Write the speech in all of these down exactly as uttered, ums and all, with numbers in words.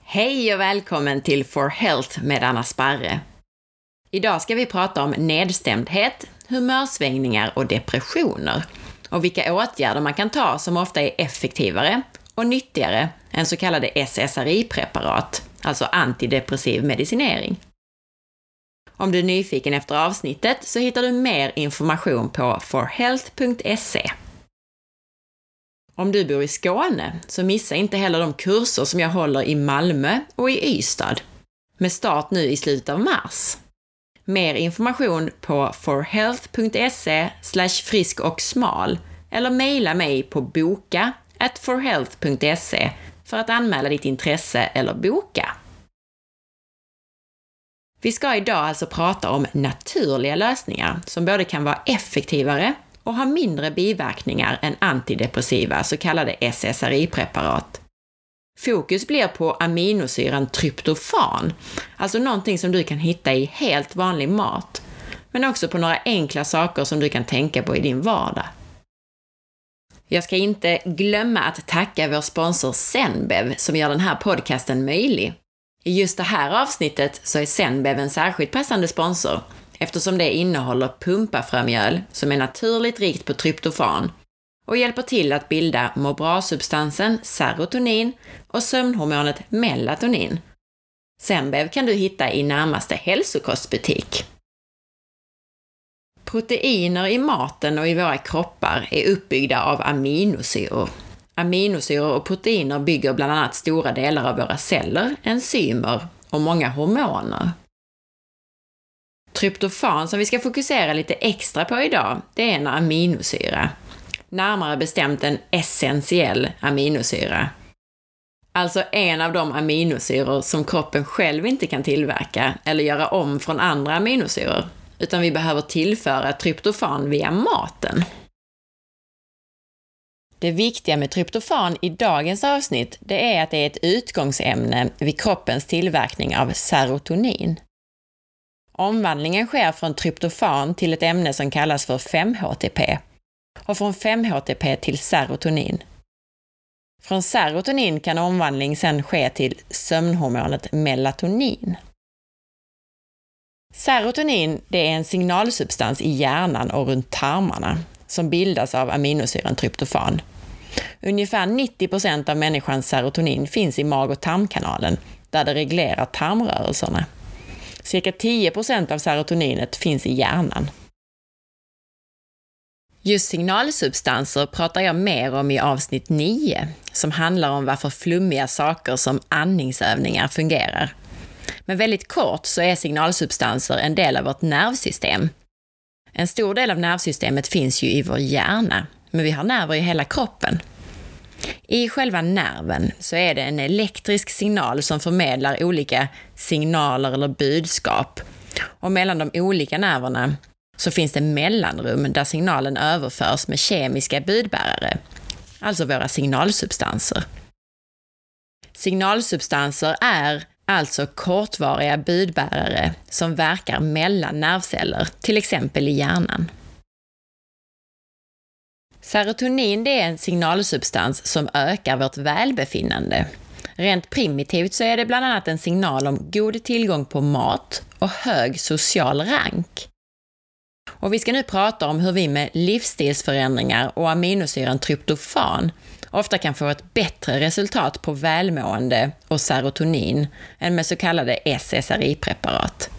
Hej och välkommen till For Health med Anna Sparre. Idag ska vi prata om nedstämdhet, humörsvängningar och depressioner och vilka åtgärder man kan ta som ofta är effektivare och nyttigare än så kallade S S R I-preparat, alltså antidepressiv medicinering. Om du är nyfiken efter avsnittet så hittar du mer information på for health punkt se. Om du bor i Skåne så missa inte heller de kurser som jag håller i Malmö och i Ystad, med start nu i slutet av mars. Mer information på for health punkt se slash frisk och smal eller mejla mig på boka at for health punkt se för att anmäla ditt intresse eller boka. Vi ska idag alltså prata om naturliga lösningar som både kan vara effektivare och ha mindre biverkningar än antidepressiva så kallade S S R I-preparat. Fokus blir på aminosyran tryptofan, alltså någonting som du kan hitta i helt vanlig mat, men också på några enkla saker som du kan tänka på i din vardag. Jag ska inte glömma att tacka vår sponsor Zenbev som gör den här podcasten möjlig. I just det här avsnittet så är Zenbev en särskilt passande sponsor, eftersom det innehåller pumpafrömjöl som är naturligt rikt på tryptofan och hjälper till att bilda må bra-substansen serotonin och sömnhormonet melatonin. Zenbev kan du hitta i närmaste hälsokostbutik. Proteiner i maten och i våra kroppar är uppbyggda av aminosyror. Aminosyror och proteiner bygger bland annat stora delar av våra celler, enzymer och många hormoner. Tryptofan som vi ska fokusera lite extra på idag, det är en aminosyra. Närmare bestämt en essentiell aminosyra. Alltså en av de aminosyror som kroppen själv inte kan tillverka eller göra om från andra aminosyror, utan vi behöver tillföra tryptofan via maten. Det viktiga med tryptofan i dagens avsnitt, det är att det är ett utgångsämne vid kroppens tillverkning av serotonin. Omvandlingen sker från tryptofan till ett ämne som kallas för fem H T P och från fem H T P till serotonin. Från serotonin kan omvandling sedan ske till sömnhormonet melatonin. Serotonin, det är en signalsubstans i hjärnan och runt tarmarna som bildas av aminosyran tryptofan. Ungefär nittio procent av människans serotonin finns i mag- och tarmkanalen där det reglerar tarmrörelserna. Cirka tio procent av serotoninet finns i hjärnan. Just signalsubstanser pratar jag mer om i avsnitt nio, som handlar om varför flummiga saker som andningsövningar fungerar. Men väldigt kort så är signalsubstanser en del av vårt nervsystem. En stor del av nervsystemet finns ju i vår hjärna, men vi har nerver i hela kroppen. I själva nerven så är det en elektrisk signal som förmedlar olika signaler eller budskap. Och mellan de olika nerverna så finns det mellanrum där signalen överförs med kemiska budbärare, alltså våra signalsubstanser. Signalsubstanser är alltså kortvariga budbärare som verkar mellan nervceller, till exempel i hjärnan. Serotonin, det är en signalsubstans som ökar vårt välbefinnande. Rent primitivt så är det bland annat en signal om god tillgång på mat och hög social rank. Och vi ska nu prata om hur vi med livsstilsförändringar och aminosyran tryptofan ofta kan få ett bättre resultat på välmående och serotonin än med så kallade S S R I-preparat.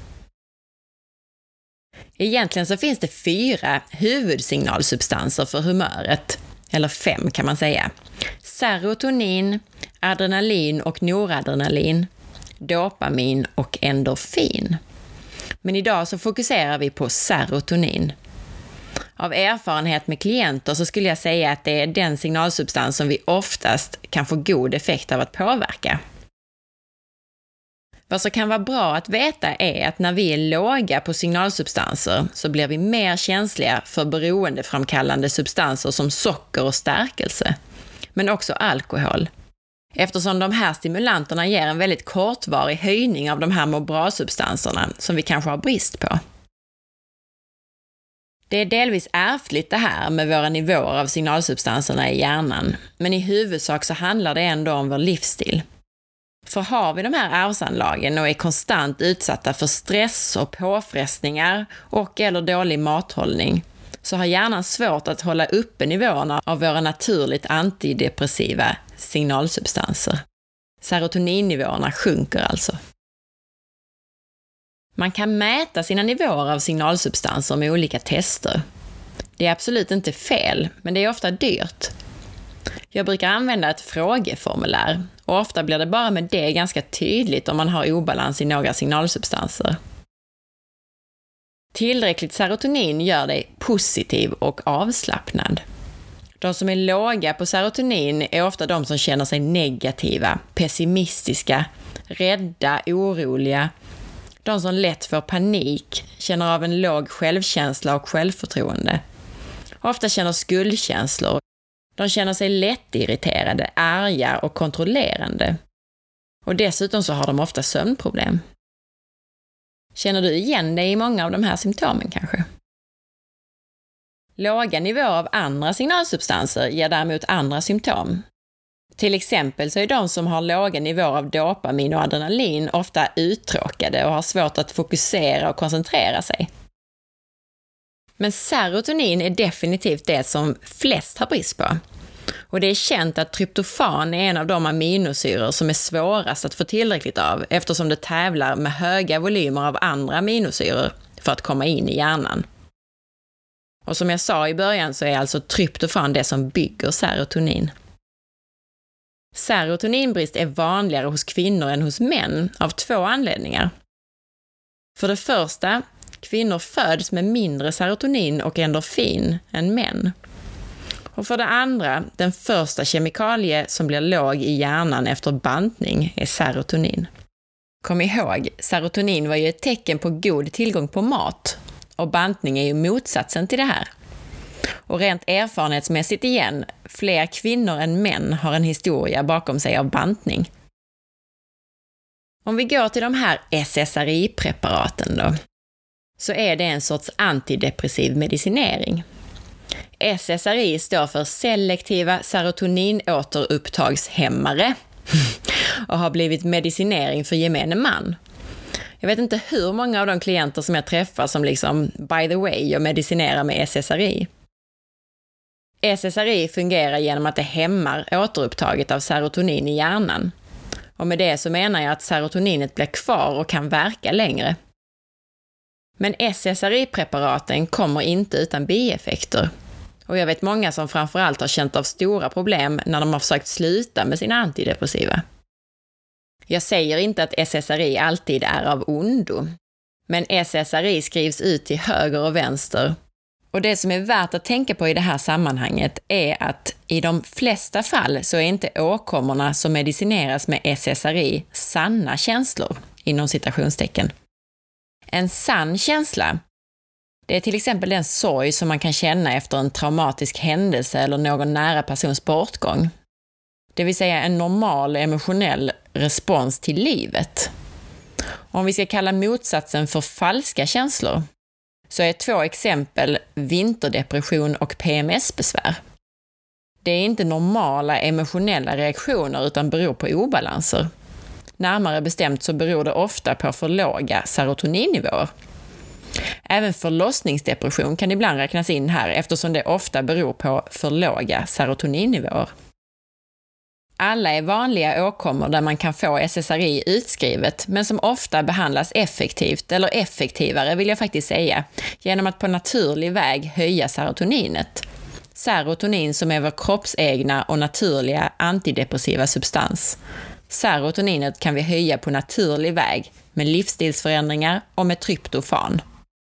Egentligen så finns det fyra huvudsignalsubstanser för humöret, eller fem kan man säga. Serotonin, adrenalin och noradrenalin, dopamin och endorfin. Men idag så fokuserar vi på serotonin. Av erfarenhet med klienter så skulle jag säga att det är den signalsubstans som vi oftast kan få god effekt av att påverka. Vad som kan vara bra att veta är att när vi är låga på signalsubstanser så blir vi mer känsliga för beroendeframkallande substanser som socker och stärkelse, men också alkohol. Eftersom de här stimulanterna ger en väldigt kortvarig höjning av de här må bra-substanserna som vi kanske har brist på. Det är delvis ärftligt det här med våra nivåer av signalsubstanserna i hjärnan, men i huvudsak så handlar det ändå om vår livsstil. För har vi de här arvsanlagen och är konstant utsatta för stress och påfrestningar och eller dålig mathållning, så har hjärnan svårt att hålla uppe nivåerna av våra naturligt antidepressiva signalsubstanser. Serotoninnivåerna sjunker alltså. Man kan mäta sina nivåer av signalsubstanser med olika tester. Det är absolut inte fel, men det är ofta dyrt. Jag brukar använda ett frågeformulär och ofta blir det bara med det ganska tydligt om man har obalans i några signalsubstanser. Tillräckligt serotonin gör dig positiv och avslappnad. De som är låga på serotonin är ofta de som känner sig negativa, pessimistiska, rädda, oroliga. De som lätt får panik, känner av en låg självkänsla och självförtroende. Ofta känner skuldkänslor. De känner sig lättirriterade, arga och kontrollerande. Och dessutom så har de ofta sömnproblem. Känner du igen dig i många av de här symptomen kanske? Låga nivåer av andra signalsubstanser ger däremot andra symptom. Till exempel så är de som har låga nivåer av dopamin och adrenalin ofta uttråkade och har svårt att fokusera och koncentrera sig. Men serotonin är definitivt det som flest har brist på. Och det är känt att tryptofan är en av de aminosyror som är svårast att få tillräckligt av eftersom det tävlar med höga volymer av andra aminosyror för att komma in i hjärnan. Och som jag sa i början så är alltså tryptofan det som bygger serotonin. Serotoninbrist är vanligare hos kvinnor än hos män av två anledningar. För det första, kvinnor föds med mindre serotonin och endorfin än män. Och för det andra, den första kemikalie som blir låg i hjärnan efter bantning är serotonin. Kom ihåg, serotonin var ju ett tecken på god tillgång på mat och bantning är ju motsatsen till det här. Och rent erfarenhetsmässigt igen, fler kvinnor än män har en historia bakom sig av bantning. Om vi går till de här S S R I-preparaten då, så är det en sorts antidepressiv medicinering. S S R I står för selektiva serotoninåterupptagshämmare och har blivit medicinering för gemene man. Jag vet inte hur många av de klienter som jag träffar som liksom, by the way, jag medicinerar med S S R I. S S R I fungerar genom att det hämmar återupptaget av serotonin i hjärnan. Och med det så menar jag att serotoninet blir kvar och kan verka längre. Men S S R I-preparaten kommer inte utan bieffekter. Och jag vet många som framförallt har känt av stora problem när de har försökt sluta med sina antidepressiva. Jag säger inte att S S R I alltid är av ondo. Men S S R I skrivs ut till höger och vänster. Och det som är värt att tänka på i det här sammanhanget är att i de flesta fall så är inte åkommorna som medicineras med S S R I sanna känslor, inom citationstecken. En sann känsla, det är till exempel den sorg som man kan känna efter en traumatisk händelse eller någon nära persons bortgång. Det vill säga en normal emotionell respons till livet. Om vi ska kalla motsatsen för falska känslor, så är två exempel vinterdepression och P M S-besvär. Det är inte normala emotionella reaktioner utan beror på obalanser. Närmare bestämt så beror det ofta på för låga serotoninnivåer. Även förlossningsdepression kan ibland räknas in här eftersom det ofta beror på för låga serotoninnivåer. Alla är vanliga åkommor där man kan få S S R I utskrivet men som ofta behandlas effektivt, eller effektivare vill jag faktiskt säga, genom att på naturlig väg höja serotoninet. Serotonin som är vår kroppsegna och naturliga antidepressiva substans. Serotoninet kan vi höja på naturlig väg med livsstilsförändringar och med tryptofan.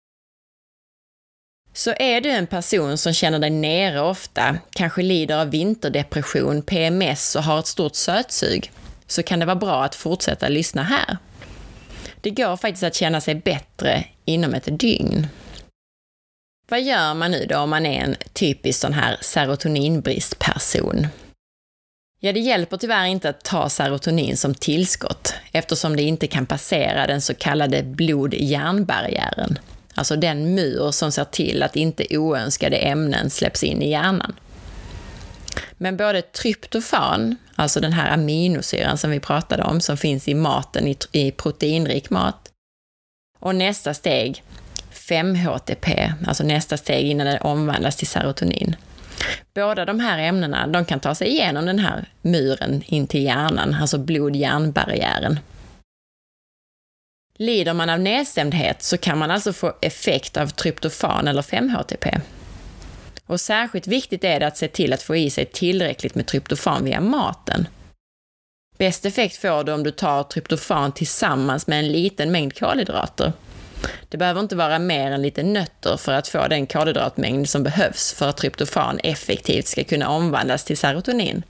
Så är du en person som känner dig nere ofta, kanske lider av vinterdepression, P M S och har ett stort sötsug, så kan det vara bra att fortsätta lyssna här. Det går faktiskt att känna sig bättre inom ett dygn. Vad gör man nu då om man är en typisk sån här serotoninbristperson? Ja, det hjälper tyvärr inte att ta serotonin som tillskott eftersom det inte kan passera den så kallade blod-hjärnbarriären. Alltså den mur som ser till att inte oönskade ämnen släpps in i hjärnan. Men både tryptofan, alltså den här aminosyran som vi pratade om, som finns i maten, i, i proteinrik mat. Och nästa steg, fem H T P, alltså nästa steg innan det omvandlas till serotonin. Båda de här ämnena, de kan ta sig igenom den här muren in till hjärnan, alltså blod-hjärnbarriären. Lider man av nedstämdhet så kan man alltså få effekt av tryptofan eller fem H T P. Och särskilt viktigt är det att se till att få i sig tillräckligt med tryptofan via maten. Bäst effekt får du om du tar tryptofan tillsammans med en liten mängd kolhydrater. Det behöver inte vara mer än lite nötter för att få den kolhydratmängd som behövs för att tryptofan effektivt ska kunna omvandlas till serotonin.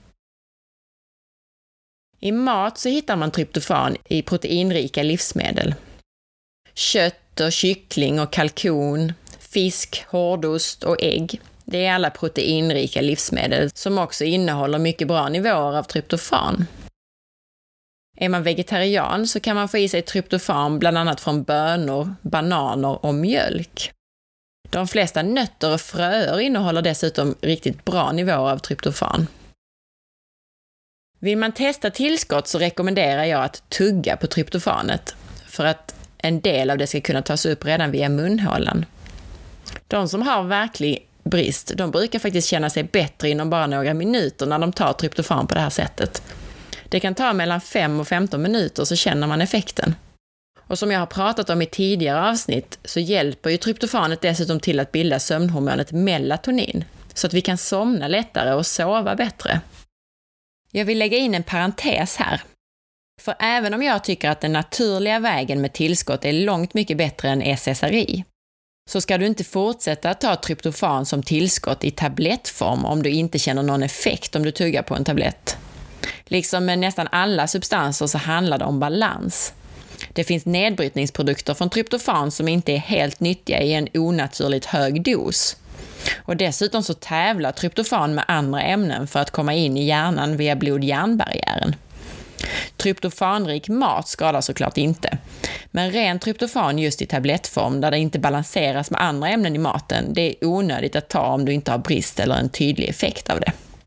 I mat så hittar man tryptofan i proteinrika livsmedel. Kött och kyckling och kalkon, fisk, hårdost och ägg. Det är alla proteinrika livsmedel som också innehåller mycket bra nivåer av tryptofan. Är man vegetarian så kan man få i sig tryptofan bland annat från bönor, bananer och mjölk. De flesta nötter och fröer innehåller dessutom riktigt bra nivåer av tryptofan. Vill man testa tillskott så rekommenderar jag att tugga på tryptofanet för att en del av det ska kunna tas upp redan via munhålan. De som har verklig brist, de brukar faktiskt känna sig bättre inom bara några minuter när de tar tryptofan på det här sättet. Det kan ta mellan fem och femton minuter så känner man effekten. Och som jag har pratat om i tidigare avsnitt så hjälper ju tryptofanet dessutom till att bilda sömnhormonet melatonin så att vi kan somna lättare och sova bättre. Jag vill lägga in en parentes här. För även om jag tycker att den naturliga vägen med tillskott är långt mycket bättre än S S R I, så ska du inte fortsätta att ta tryptofan som tillskott i tablettform om du inte känner någon effekt om du tuggar på en tablett. Liksom med nästan alla substanser så handlar det om balans. Det finns nedbrytningsprodukter från tryptofan som inte är helt nyttiga i en onaturligt hög dos. Och dessutom så tävlar tryptofan med andra ämnen för att komma in i hjärnan via blod-hjärnbarriären. Tryptofanrik mat skadar såklart inte. Men ren tryptofan just i tablettform där det inte balanseras med andra ämnen i maten, det är onödigt att ta om du inte har brist eller en tydlig effekt av det.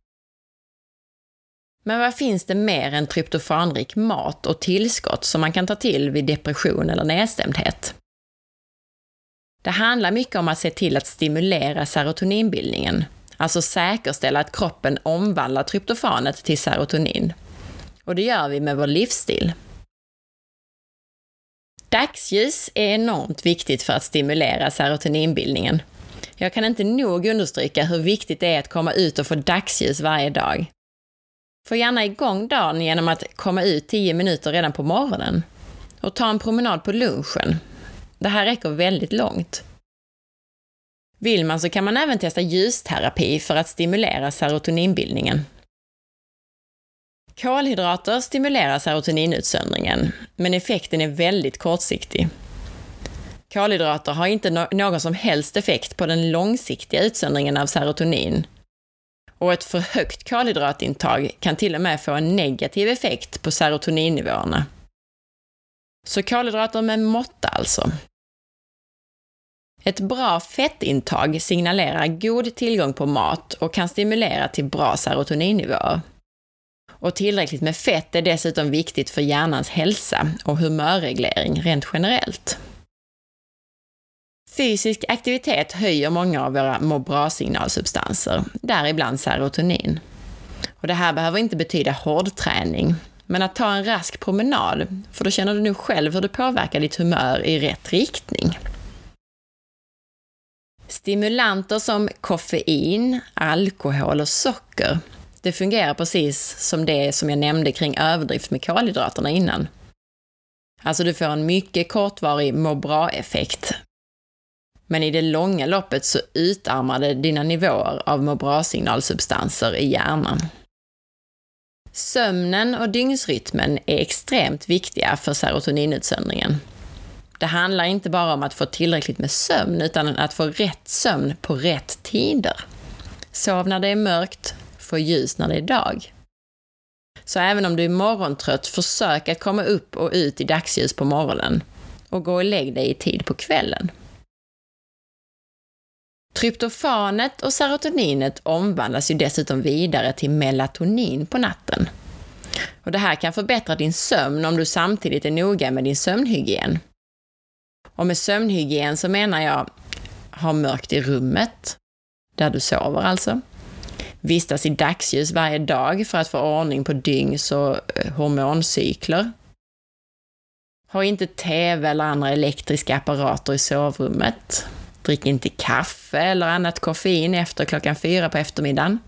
Men vad finns det mer än tryptofanrik mat och tillskott som man kan ta till vid depression eller nedstämdhet? Det handlar mycket om att se till att stimulera serotoninbildningen, alltså säkerställa att kroppen omvandlar tryptofanet till serotonin. Och det gör vi med vår livsstil. Dagsljus är enormt viktigt för att stimulera serotoninbildningen. Jag kan inte nog understryka hur viktigt det är att komma ut och få dagsljus varje dag. Få gärna igång dagen genom att komma ut tio minuter redan på morgonen. Och ta en promenad på lunchen. Det här räcker väldigt långt. Vill man så kan man även testa ljusterapi för att stimulera serotoninbildningen. Kolhydrater stimulerar serotoninutsöndringen, men effekten är väldigt kortsiktig. Kolhydrater har inte no- någon som helst effekt på den långsiktiga utsöndringen av serotonin. Och ett för högt kolhydratintag kan till och med få en negativ effekt på serotoninnivåerna. Så kolhydrater med måtta alltså. Ett bra fettintag signalerar god tillgång på mat och kan stimulera till bra serotoninnivåer. Och tillräckligt med fett är dessutom viktigt för hjärnans hälsa och humörreglering rent generellt. Fysisk aktivitet höjer många av våra må bra-signalsubstanser, däribland serotonin. Och det här behöver inte betyda hårdträning, men att ta en rask promenad, för då känner du nu själv hur du påverkar ditt humör i rätt riktning. Stimulanter som koffein, alkohol och socker, det fungerar precis som det som jag nämnde kring överdrift med kolhydraterna innan. Alltså du får en mycket kortvarig må bra-effekt. Men i det långa loppet så utarmar det dina nivåer av må bra-signalsubstanser i hjärnan. Sömnen och dygnsrytmen är extremt viktiga för serotoninutsöndringen. Det handlar inte bara om att få tillräckligt med sömn utan att få rätt sömn på rätt tider. Sov när det är mörkt, få ljus när det är dag. Så även om du är morgontrött, försök att komma upp och ut i dagsljus på morgonen och gå och lägg dig i tid på kvällen. Tryptofanet och serotoninet omvandlas ju dessutom vidare till melatonin på natten. Och det här kan förbättra din sömn om du samtidigt är noga med din sömnhygien. Och med sömnhygien så menar jag ha mörkt i rummet, där du sover alltså. Vistas i dagsljus varje dag för att få ordning på dygns- och hormoncykler. Ha inte tv eller andra elektriska apparater i sovrummet. Drick inte kaffe eller annat koffein efter klockan fyra på eftermiddagen.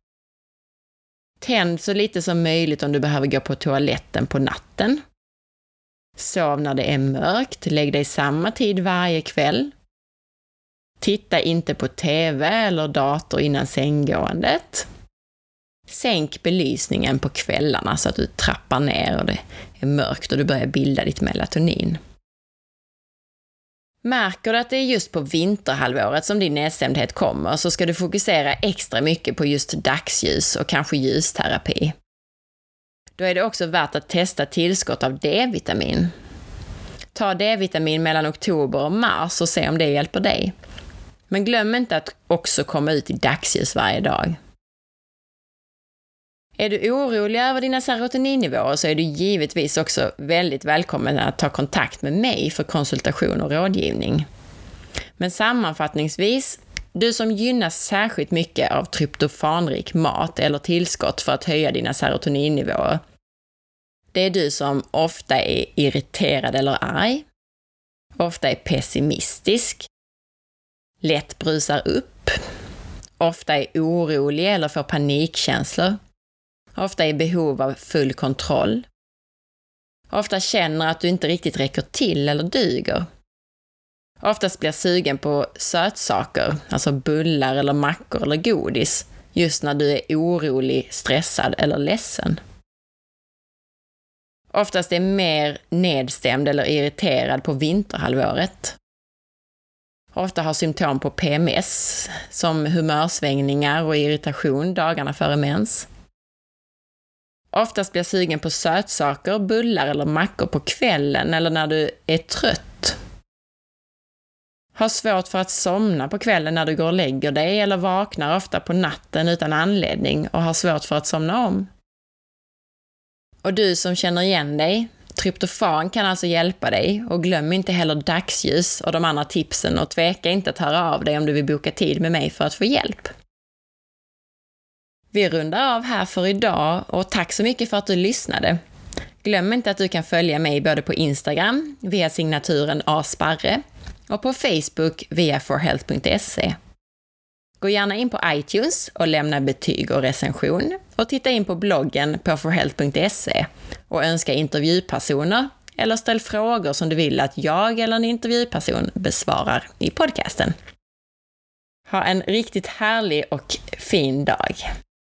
Tänd så lite som möjligt om du behöver gå på toaletten på natten. Sov när det är mörkt, lägg dig samma tid varje kväll. Titta inte på tv eller dator innan sänggåendet. Sänk belysningen på kvällarna så att du trappar ner och det är mörkt och du börjar bilda ditt melatonin. Märker du att det är just på vinterhalvåret som din nedstämdhet kommer så ska du fokusera extra mycket på just dagsljus och kanske ljusterapi. Då är det också värt att testa tillskott av D-vitamin. Ta D-vitamin mellan oktober och mars och se om det hjälper dig. Men glöm inte att också komma ut i dagsljus varje dag. Är du orolig över dina serotoninnivåer så är du givetvis också väldigt välkommen att ta kontakt med mig för konsultation och rådgivning. Men sammanfattningsvis, du som gynnas särskilt mycket av tryptofanrik mat eller tillskott för att höja dina serotoninnivåer, det är du som ofta är irriterad eller arg, ofta är pessimistisk, lätt brusar upp, ofta är orolig eller får panikkänslor, ofta är i behov av full kontroll, ofta känner att du inte riktigt räcker till eller duger, oftast blir sugen på sötsaker, alltså bullar eller mackor eller godis, just när du är orolig, stressad eller ledsen. Oftast är mer nedstämd eller irriterad på vinterhalvåret. Ofta har symptom på P M S, som humörsvängningar och irritation dagarna före mens. Oftast blir sugen på sötsaker, bullar eller mackor på kvällen eller när du är trött. Har svårt för att somna på kvällen när du går och lägger dig eller vaknar ofta på natten utan anledning och har svårt för att somna om. Och du som känner igen dig, tryptofan kan alltså hjälpa dig och glöm inte heller dagsljus och de andra tipsen och tveka inte att höra av dig om du vill boka tid med mig för att få hjälp. Vi rundar av här för idag och tack så mycket för att du lyssnade. Glöm inte att du kan följa mig både på Instagram via signaturen asparre och på Facebook via for health punkt se. Gå gärna in på iTunes och lämna betyg och recension och titta in på bloggen på for health punkt se och önska intervjupersoner eller ställ frågor som du vill att jag eller en intervjuperson besvarar i podcasten. Ha en riktigt härlig och fin dag.